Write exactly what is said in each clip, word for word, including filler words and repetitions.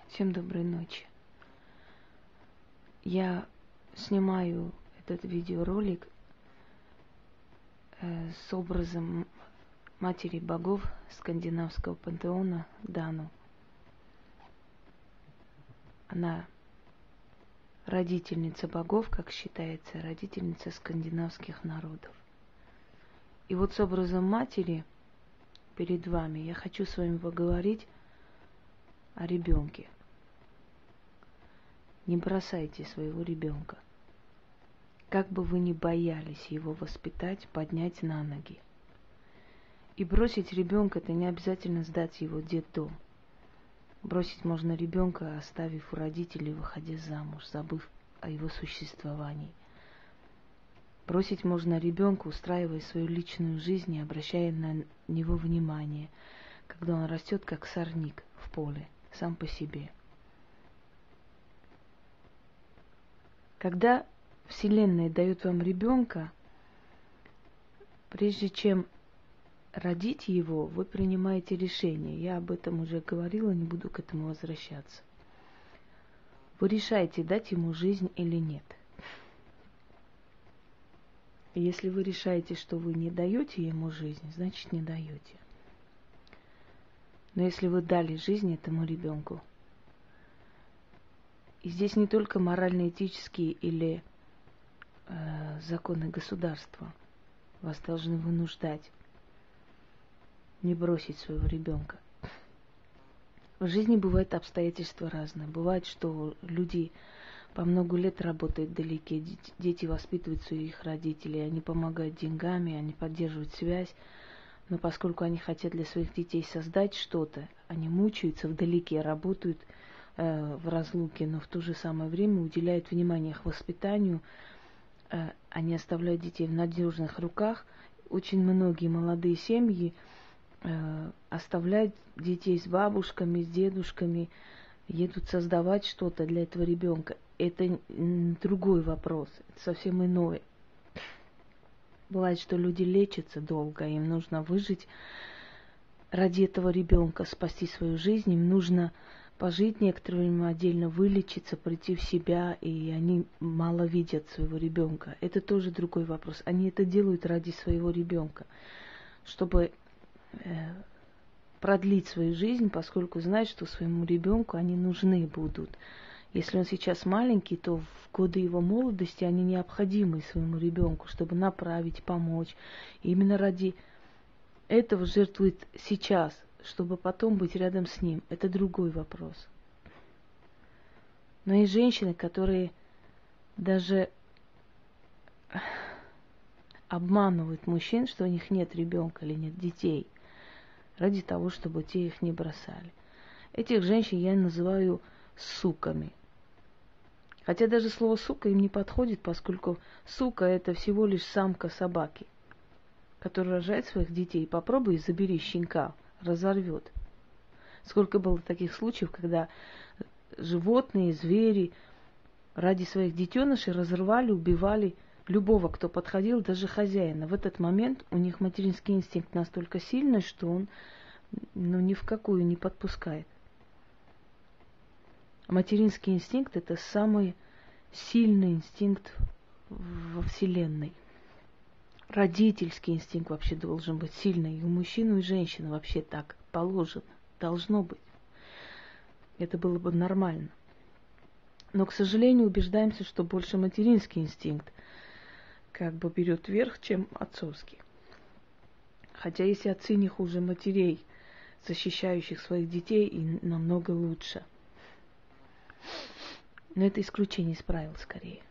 Всем доброй ночи. Я снимаю этот видеоролик э, с образом матери богов скандинавского пантеона Дану. Она родительница богов, как считается, родительница скандинавских народов. И вот с образом матери перед вами я хочу с вами поговорить о ребенке. Не бросайте своего ребенка. Как бы вы ни боялись его воспитать, поднять на ноги. И бросить ребенка — это не обязательно сдать его в детдом. Бросить можно ребенка, оставив у родителей, выходя замуж, забыв о его существовании. Бросить можно ребенка, устраивая свою личную жизнь и обращая на него внимание, когда он растет как сорняк в поле, сам по себе. Когда Вселенная дает вам ребенка, прежде чем родить его, вы принимаете решение. Я об этом уже говорила, не буду к этому возвращаться. Вы решаете, дать ему жизнь или нет. И если вы решаете, что вы не даете ему жизнь, значит не даете. Но если вы дали жизнь этому ребенку, и здесь не только морально-этические или э, законы государства вас должны вынуждать не бросить своего ребенка. В жизни бывают обстоятельства разные. Бывает, что люди по много лет работают вдалеке, дети воспитывают своих родителей, они помогают деньгами, они поддерживают связь, но поскольку они хотят для своих детей создать что-то, они мучаются вдалеке, работают э, в разлуке, но в то же самое время уделяют внимание их воспитанию, э, они оставляют детей в надежных руках. Очень многие молодые семьи э, оставляют детей с бабушками, с дедушками, едут создавать что-то для этого ребенка. Это другой вопрос, это совсем иное. Бывает, что люди лечатся долго, им нужно выжить ради этого ребенка, спасти свою жизнь, им нужно пожить некоторое время отдельно, вылечиться, прийти в себя, и они мало видят своего ребенка. Это тоже другой вопрос. Они это делают ради своего ребенка, чтобы э, продлить свою жизнь, поскольку знают, что своему ребенку они нужны будут. Если он сейчас маленький, то в годы его молодости они необходимы своему ребенку, чтобы направить, помочь. И именно ради этого жертвует сейчас, чтобы потом быть рядом с ним. Это другой вопрос. Но есть женщины, которые даже обманывают мужчин, что у них нет ребенка или нет детей, ради того, чтобы те их не бросали. Этих женщин я называю суками. Хотя даже слово «сука» им не подходит, поскольку сука – это всего лишь самка собаки, которая рожает своих детей. Попробуй забери щенка, разорвет. Сколько было таких случаев, когда животные, звери ради своих детенышей разрывали, убивали любого, кто подходил, даже хозяина. В этот момент у них материнский инстинкт настолько сильный, что он ну, ни в какую не подпускает. Материнский инстинкт – это самый сильный инстинкт во Вселенной. Родительский инстинкт вообще должен быть сильный. И у мужчин, и у женщин вообще так положено. Должно быть. Это было бы нормально. Но, к сожалению, убеждаемся, что больше материнский инстинкт как бы берет верх, чем отцовский. Хотя если отцы не хуже матерей, защищающих своих детей, и намного лучше. Но это исключение из правил скорее.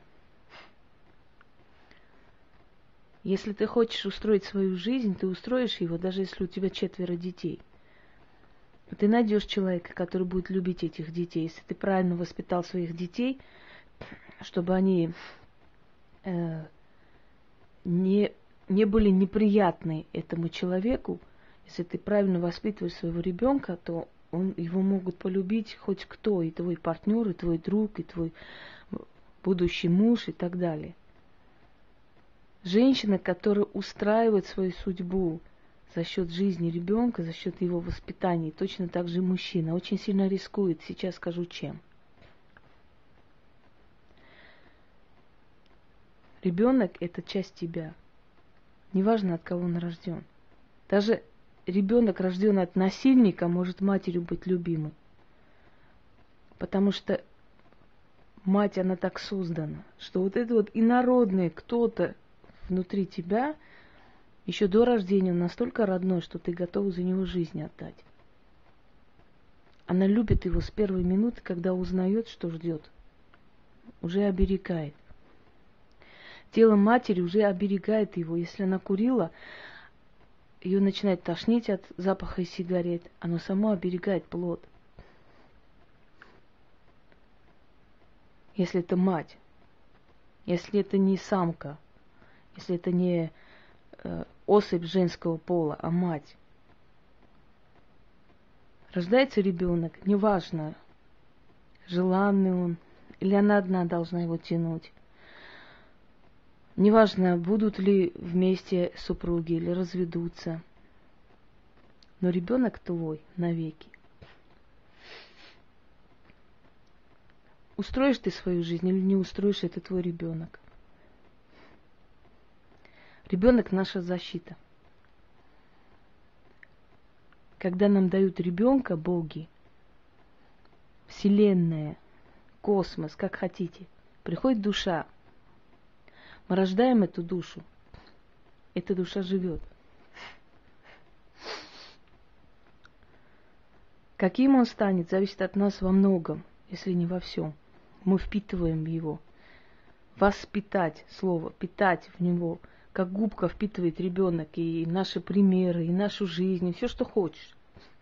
Если ты хочешь устроить свою жизнь, ты устроишь его, даже если у тебя четверо детей. Ты найдешь человека, который будет любить этих детей. Если ты правильно воспитал своих детей, чтобы они э, не, не были неприятны этому человеку, если ты правильно воспитываешь своего ребенка, то он, его могут полюбить хоть кто, и твой партнер, и твой друг, и твой будущий муж, и так далее. Женщина, которая устраивает свою судьбу за счет жизни ребенка, за счет его воспитания. И точно так же мужчина очень сильно рискует. Сейчас скажу чем. Ребенок – это часть тебя. Неважно, от кого он рожден. Даже ребенок, рожденный от насильника, может матерью быть любимым. Потому что мать, она так создана, что вот это вот инородное кто-то внутри тебя, еще до рождения он настолько родной, что ты готов за него жизнь отдать. Она любит его с первой минуты, когда узнает, что ждет. Уже оберегает. Тело матери уже оберегает его. Если она курила, ее начинает тошнить от запаха сигарет. Оно само оберегает плод. Если это мать, если это не самка, если это не э, особь женского пола, а мать. Рождается ребенок, неважно, желанный он, или она одна должна его тянуть. Неважно, будут ли вместе супруги или разведутся. Но ребенок твой навеки. Устроишь ты свою жизнь или не устроишь, это твой ребенок. Ребенок – наша защита. Когда нам дают ребенка боги, вселенная, космос, как хотите, приходит душа. Мы рождаем эту душу. Эта душа живет. Каким он станет, зависит от нас во многом, если не во всем. Мы впитываем его. Воспитать, слово, питать в него, как губка впитывает ребенок и наши примеры, и нашу жизнь, и все, что хочешь.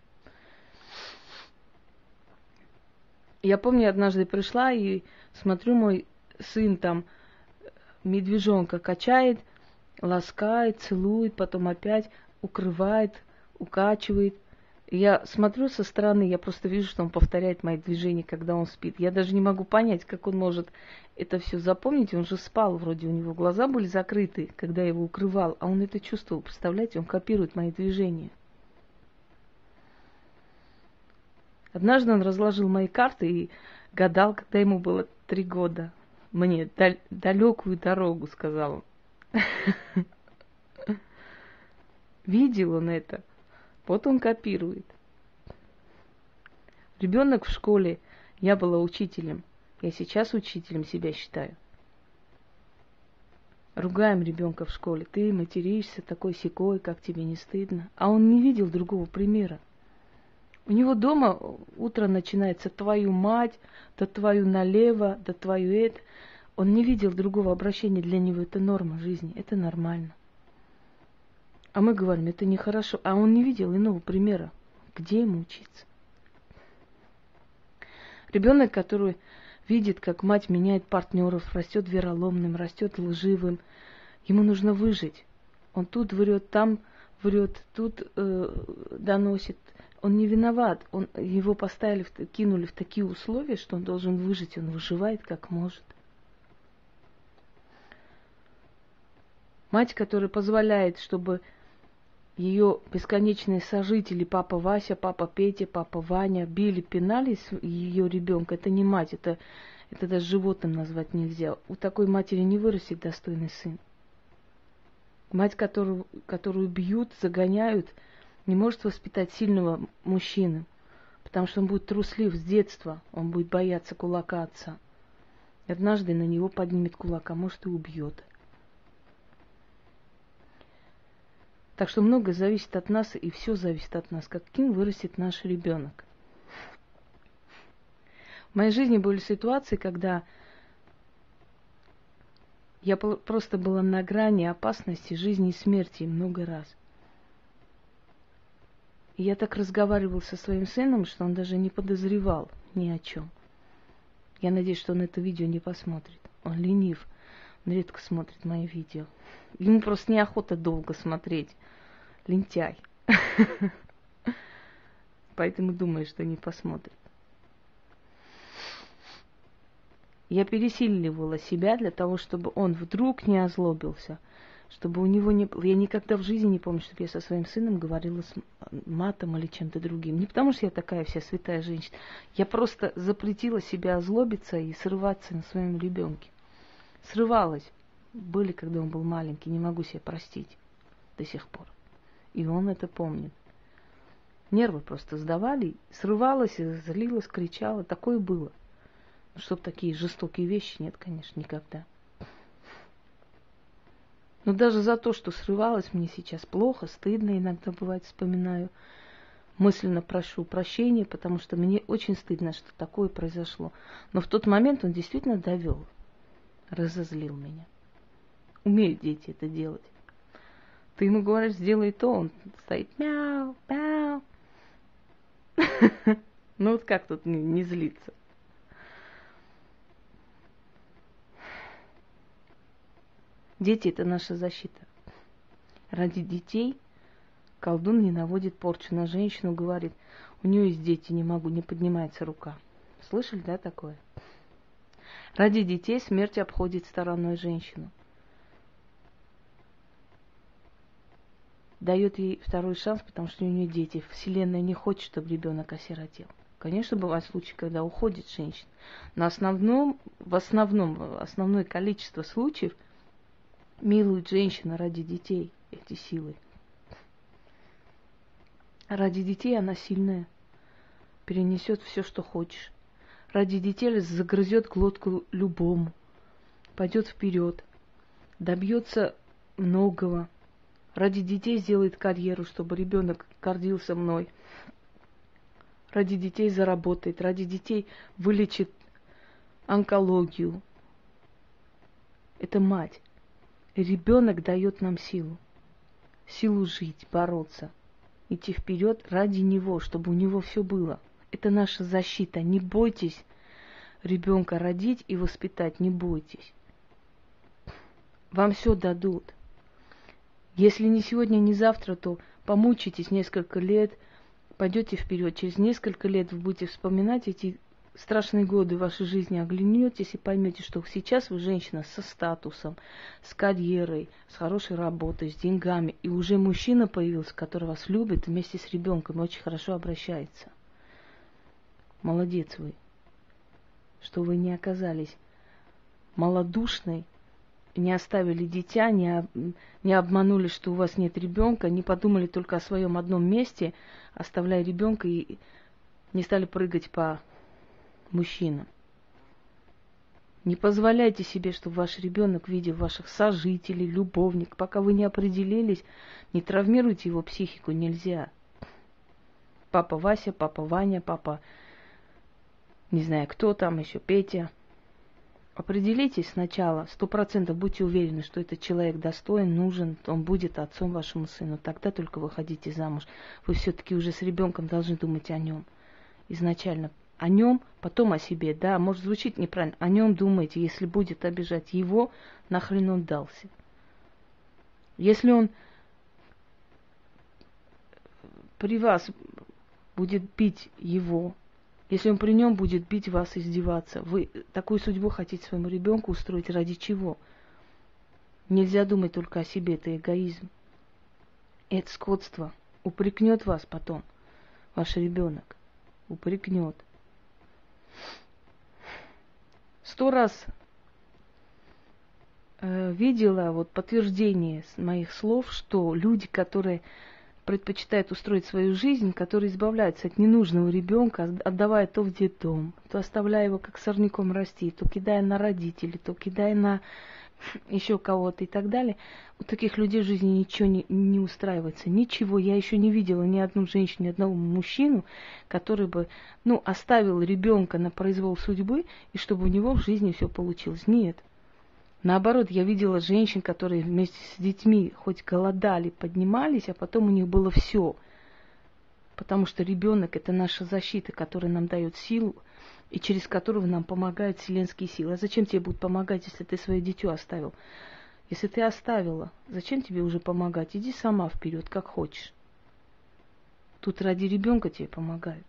Я помню, однажды пришла и смотрю, мой сын там медвежонка качает, ласкает, целует, потом опять укрывает, укачивает. Я смотрю со стороны, я просто вижу, что он повторяет мои движения, когда он спит. Я даже не могу понять, как он может это все запомнить. Он же спал вроде, у него глаза были закрыты, когда я его укрывал, а он это чувствовал. Представляете, он копирует мои движения. Однажды он разложил мои карты и гадал, когда ему было три года. Мне даль- далекую дорогу, сказал он. Видел он это. Вот он копирует. Ребенок в школе, я была учителем. Я сейчас учителем себя считаю. Ругаем ребенка в школе. Ты материшься такой сякой, как тебе не стыдно. А он не видел другого примера. У него дома утро начинается твою мать, да твою налево, да твою это. Он не видел другого обращения. Для него это норма жизни. Это нормально. А мы говорим, это нехорошо. А он не видел иного примера. Где ему учиться? Ребенок, который видит, как мать меняет партнеров, растет вероломным, растет лживым, ему нужно выжить. Он тут врет, там врет, тут э, доносит. Он не виноват. Он, его поставили, в, кинули в такие условия, что он должен выжить. Он выживает как может. Мать, которая позволяет, чтобы ее бесконечные сожители, папа Вася, папа Петя, папа Ваня, били, пинали ее ребенка, это не мать, это, это даже животным назвать нельзя. У такой матери не вырастет достойный сын. Мать, которую, которую бьют, загоняют, не может воспитать сильного мужчину, потому что он будет труслив с детства, он будет бояться кулака отца. И однажды на него поднимет кулак, а может и убьет. Так что многое зависит от нас, и все зависит от нас, каким вырастет наш ребенок. В моей жизни были ситуации, когда я просто была на грани опасности жизни и смерти много раз. И я так разговаривала со своим сыном, что он даже не подозревал ни о чем. Я надеюсь, что он это видео не посмотрит. Он ленив, он редко смотрит мои видео. Ему просто неохота долго смотреть. Лентяй. Поэтому думаю, что не посмотрит. Я пересиливала себя для того, чтобы он вдруг не озлобился. чтобы у него не было... Я никогда в жизни не помню, чтобы я со своим сыном говорила с матом или чем-то другим. Не потому, что я такая вся святая женщина. Я просто запретила себя озлобиться и срываться на своем ребенке. Срывалась. Были, когда он был маленький. Не могу себе простить до сих пор. И он это помнит. Нервы просто сдавали. Срывалась, злилась, кричала. Такое было. Чтоб такие жестокие вещи нет, конечно, никогда. Но даже за то, что срывалась, мне сейчас плохо, стыдно, иногда бывает, вспоминаю. Мысленно прошу прощения, потому что мне очень стыдно, что такое произошло. Но в тот момент он действительно довел, разозлил меня. Умеют дети это делать. Ты ему говоришь, сделай то, он стоит мяу, мяу. Ну вот как тут не злиться? Дети – это наша защита. Ради детей колдун не наводит порчу на женщину, говорит, у нее есть дети, не могу, не поднимается рука. Слышали, да, такое? Ради детей смерть обходит стороной женщину. Дает ей второй шанс, потому что у нее дети. Вселенная не хочет, чтобы ребенок осиротел. Конечно, бывают случаи, когда уходит женщина. Но основном, в основном, основное количество случаев милует женщина ради детей эти силы. Ради детей она сильная, перенесет все, что хочешь. Ради детей загрызет глотку любому, пойдет вперед, добьется многого. Ради детей сделает карьеру, чтобы ребенок гордился мной. Ради детей заработает, ради детей вылечит онкологию. Это мать. Ребенок дает нам силу. Силу жить, бороться, идти вперед ради него, чтобы у него все было. Это наша защита. Не бойтесь ребенка родить и воспитать, не бойтесь. Вам все дадут. Если не сегодня, не завтра, то помучитесь несколько лет, пойдете вперед. Через несколько лет вы будете вспоминать эти страшные годы вашей жизни, оглянетесь и поймете, что сейчас вы женщина со статусом, с карьерой, с хорошей работой, с деньгами. И уже мужчина появился, который вас любит вместе с ребенком и очень хорошо обращается. Молодец вы, что вы не оказались малодушной, не оставили дитя, не, не обманули, что у вас нет ребенка, не подумали только о своем одном месте, оставляя ребенка, и не стали прыгать по мужчинам. Не позволяйте себе, чтобы ваш ребенок видел ваших сожителей, любовник. Пока вы не определились, не травмируйте его психику, нельзя. Папа Вася, папа Ваня, папа, не знаю кто там еще, Петя. Определитесь сначала, сто процентов будьте уверены, что этот человек достоин, нужен, он будет отцом вашему сыну. Тогда только выходите замуж. Вы все-таки уже с ребенком должны думать о нем. Изначально о нем, потом о себе. Да, может звучит неправильно. О нем думайте. Если будет обижать его, нахрен он дался. Если он при вас будет бить его, если он при нем будет бить вас, издеваться, вы такую судьбу хотите своему ребенку устроить ради чего? Нельзя думать только о себе, это эгоизм. Это скотство. Упрекнет вас потом ваш ребенок. Упрекнет. Сто раз э, видела вот подтверждение моих слов, что люди, которые предпочитают устроить свою жизнь, которые избавляются от ненужного ребенка, отдавая то в детдом, то оставляя его как сорняком расти, то кидая на родителей, то кидая на еще кого-то и так далее. У таких людей в жизни ничего не, не устраивается. Ничего. Я еще не видела ни одну женщину, ни одного мужчину, который бы, ну, оставил ребенка на произвол судьбы, и чтобы у него в жизни все получилось. Нет. Наоборот, я видела женщин, которые вместе с детьми хоть голодали, поднимались, а потом у них было все. Потому что ребенок – это наша защита, которая нам дает силу, и через которого нам помогают вселенские силы. А зачем тебе будут помогать, если ты свое дитё оставил? Если ты оставила, зачем тебе уже помогать? Иди сама вперед, как хочешь. Тут ради ребенка тебе помогают.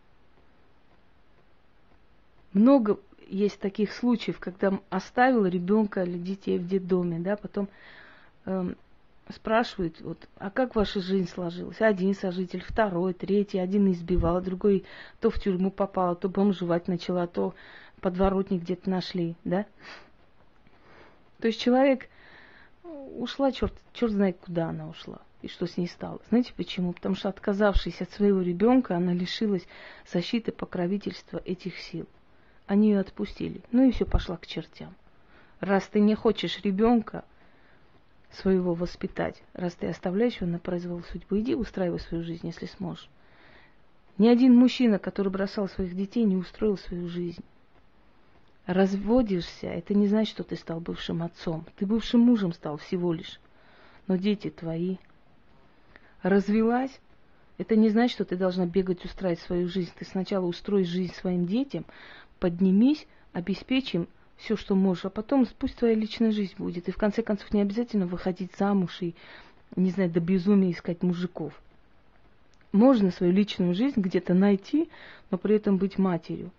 Много есть таких случаев, когда оставил ребенка или детей в детдоме, да, потом э, спрашивают, вот, а как ваша жизнь сложилась? Один сожитель, второй, третий, один избивал, другой то в тюрьму попал, то бомжевать начала, то подворотник где-то нашли, да? То есть человек ушла, черт, черт знает, куда она ушла и что с ней стало. Знаете почему? Потому что, отказавшись от своего ребенка, она лишилась защиты, покровительства этих сил. Они ее отпустили. Ну и все, пошла к чертям. Раз ты не хочешь ребенка своего воспитать, раз ты оставляешь его на произвол судьбы, иди устраивай свою жизнь, если сможешь. Ни один мужчина, который бросал своих детей, не устроил свою жизнь. Разводишься, это не значит, что ты стал бывшим отцом. Ты бывшим мужем стал всего лишь. Но дети твои. Развелась, это не значит, что ты должна бегать, устраивать свою жизнь. Ты сначала устрой жизнь своим детям, поднимись, обеспечь им все, что можешь, а потом пусть твоя личная жизнь будет. И в конце концов не обязательно выходить замуж и, не знаю, до безумия искать мужиков. Можно свою личную жизнь где-то найти, но при этом быть матерью.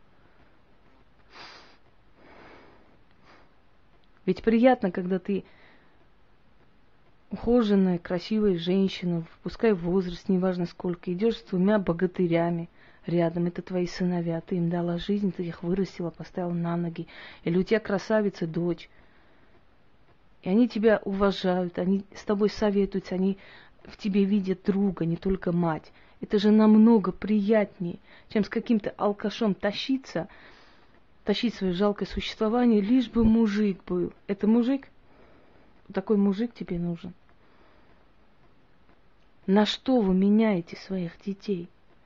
Ведь приятно, когда ты ухоженная, красивая женщина, пускай возраст, неважно сколько, идешь с двумя богатырями рядом, это твои сыновья, ты им дала жизнь, ты их вырастила, поставила на ноги. Или у тебя красавица дочь. И они тебя уважают, они с тобой советуются, они в тебе видят друга, не только мать. Это же намного приятнее, чем с каким-то алкашом тащиться, тащить свое жалкое существование, лишь бы мужик был. Это мужик? Такой мужик тебе нужен. На что вы меняете своих детей?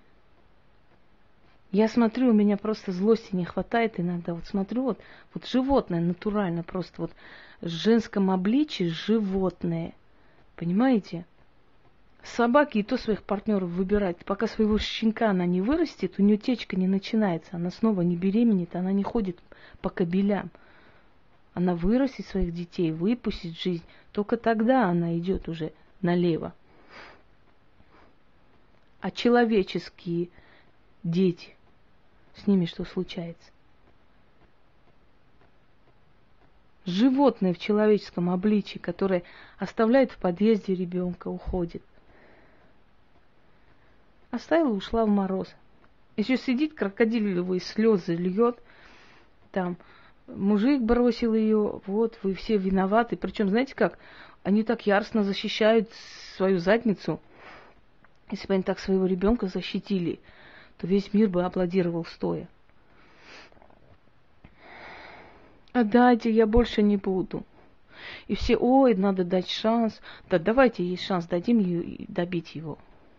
Я смотрю, у меня просто злости не хватает иногда. Вот смотрю, вот, вот животное натурально, просто вот в женском обличии животное. Понимаете? Собаки и то своих партнеров выбирать. Пока своего щенка она не вырастет, у нее течка не начинается. Она снова не беременеет, она не ходит по кобелям. Она вырастет своих детей, выпустит жизнь. Только тогда она идет уже налево. А человеческие дети, с ними что случается? Животное в человеческом обличии, которое оставляет в подъезде ребенка, уходит. Оставила, ушла в мороз. Еще сидит, крокодиловые слезы льет. Там мужик бросил ее, вот, вы все виноваты. Причем, знаете как, они так яростно защищают свою задницу. Если бы они так своего ребенка защитили, то весь мир бы аплодировал стоя. Отдайте, я больше не буду. И все, ой, надо дать шанс. Да давайте ей шанс, дадим ей добить его.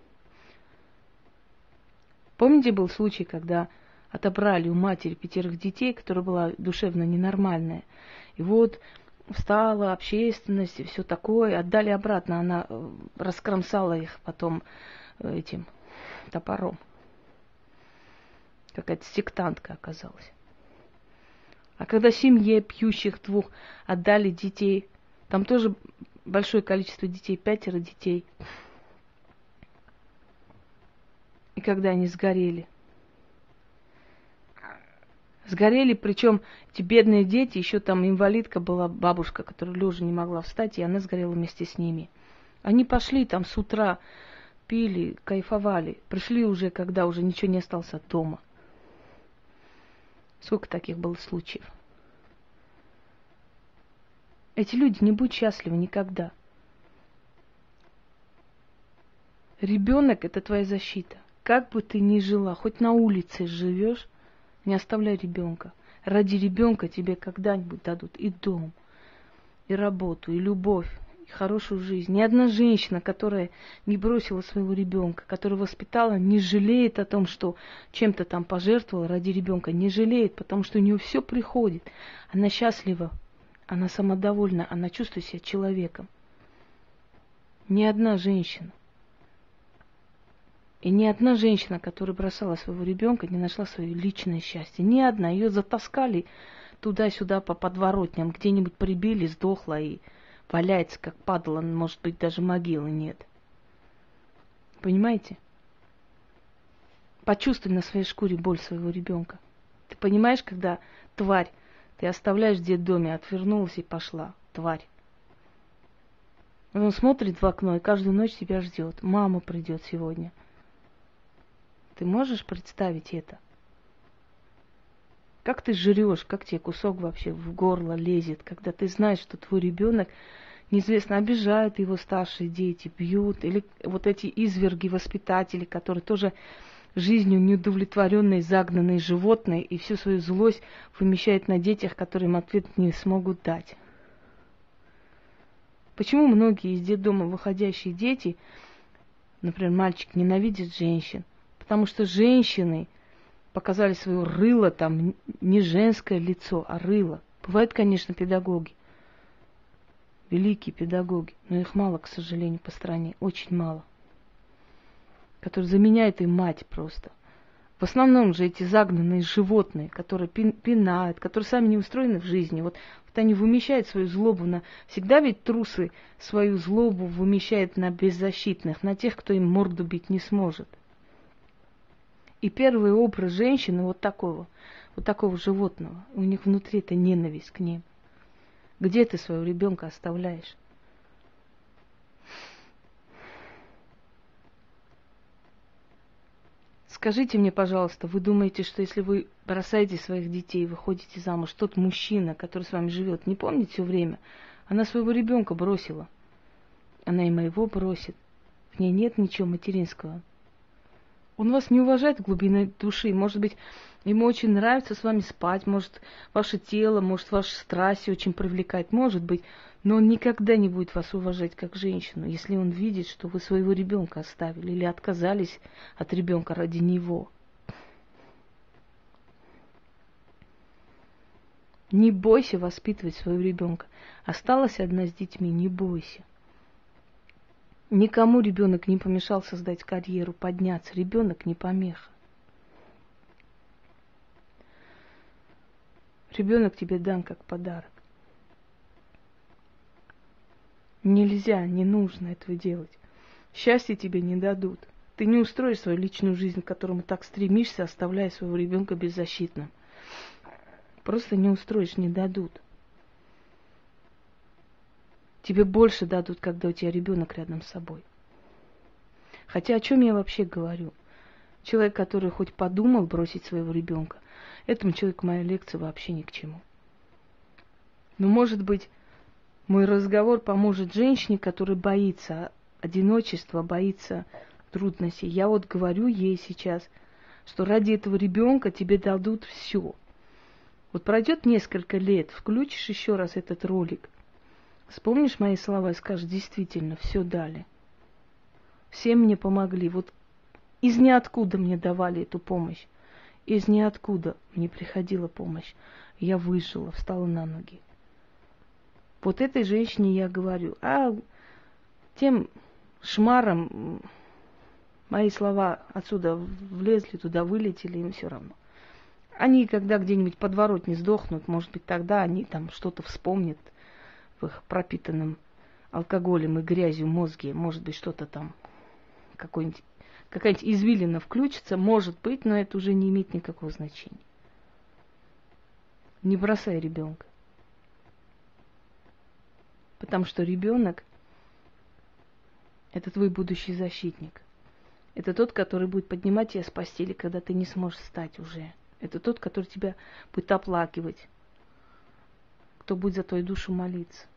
Помните, был случай, когда отобрали у матери пятерых детей, которая была душевно ненормальная. И вот встала общественность и все такое, отдали обратно. Она раскромсала их потом этим топором. Какая-то сектантка оказалась. А когда семье пьющих двух отдали детей, там тоже большое количество детей, пятеро детей. И когда они сгорели. Сгорели, причем эти бедные дети, еще там инвалидка была, бабушка, которая лежа не могла встать, и она сгорела вместе с ними. Они пошли там с утра, пили, кайфовали. Пришли уже, когда уже ничего не осталось от дома. Сколько таких было случаев? Эти люди не будут счастливы никогда. Ребенок – это твоя защита. Как бы ты ни жила, хоть на улице живешь, не оставляй ребенка. Ради ребенка тебе когда-нибудь дадут и дом, и работу, и любовь, и хорошую жизнь. Ни одна женщина, которая не бросила своего ребенка, которая воспитала, не жалеет о том, что чем-то там пожертвовала ради ребенка. Не жалеет, потому что у нее все приходит. Она счастлива, она самодовольна, она чувствует себя человеком. Ни одна женщина. И ни одна женщина, которая бросала своего ребенка, не нашла свое личное счастье. Ни одна. Ее затаскали туда-сюда по подворотням, где-нибудь прибили, сдохла и валяется, как падла, может быть, даже могилы нет. Понимаете? Почувствуй на своей шкуре боль своего ребенка. Ты понимаешь, когда тварь, ты оставляешь в детдоме, отвернулась и пошла, тварь. Он смотрит в окно и каждую ночь тебя ждет. Мама придет сегодня. Ты можешь представить это? Как ты жрешь, как тебе кусок вообще в горло лезет, когда ты знаешь, что твой ребенок, неизвестно, обижают его старшие дети, бьют, или вот эти изверги воспитатели, которые тоже жизнью неудовлетворенные, загнанные животные, и всю свою злость вымещают на детях, которые им ответ не смогут дать. Почему многие из детдома выходящие дети, например, мальчик, ненавидят женщин? Потому что женщины показали свое рыло, там не женское лицо, а рыло. Бывают, конечно, педагоги, великие педагоги, но их мало, к сожалению, по стране, очень мало, которые заменяют им мать просто. В основном же эти загнанные животные, которые пинают, которые сами не устроены в жизни, вот, вот они вымещают свою злобу на... Всегда ведь трусы свою злобу вымещают на беззащитных, на тех, кто им морду бить не сможет. И первый образ женщины вот такого, вот такого животного. У них внутри это ненависть к ним. Где ты своего ребенка оставляешь? Скажите мне, пожалуйста, вы думаете, что если вы бросаете своих детей, выходите замуж, тот мужчина, который с вами живет, не помнит все время? Она своего ребенка бросила. Она и моего бросит. В ней нет ничего материнского. Он вас не уважает в глубине души. Может быть, ему очень нравится с вами спать, может, ваше тело, может, ваши страсти очень привлекает, может быть, но он никогда не будет вас уважать как женщину, если он видит, что вы своего ребенка оставили или отказались от ребенка ради него. Не бойся воспитывать своего ребенка. Осталась одна с детьми, не бойся. Никому ребенок не помешал создать карьеру, подняться. Ребенок не помеха. Ребенок тебе дан как подарок. Нельзя, не нужно этого делать. Счастья тебе не дадут. Ты не устроишь свою личную жизнь, к которому так стремишься, оставляя своего ребенка беззащитным. Просто не устроишь, не дадут. Тебе больше дадут, когда у тебя ребенок рядом с собой. Хотя о чем я вообще говорю? Человек, который хоть подумал бросить своего ребенка, этому человеку моя лекция вообще ни к чему. Но, может быть, мой разговор поможет женщине, которая боится одиночества, боится трудностей. Я вот говорю ей сейчас, что ради этого ребенка тебе дадут все. Вот пройдет несколько лет, включишь еще раз этот ролик, вспомнишь мои слова и скажешь, действительно, все дали. Все мне помогли. Вот из ниоткуда мне давали эту помощь. Из ниоткуда мне приходила помощь. Я выжила, встала на ноги. Вот этой женщине я говорю. А тем шмарам мои слова отсюда влезли, туда вылетели, им все равно. Они, когда где-нибудь подворотне сдохнут, может быть, тогда они там что-то вспомнят в их пропитанном алкоголем и грязью мозге. Может быть, что-то там, какой-нибудь, какая-нибудь извилина включится, может быть, но это уже не имеет никакого значения. Не бросай ребенка. Потому что ребенок – это твой будущий защитник. Это тот, который будет поднимать тебя с постели, когда ты не сможешь встать уже. Это тот, который тебя будет оплакивать, кто будет за твою душу молиться.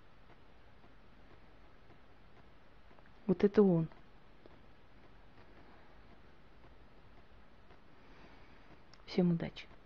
Вот это он. Всем удачи.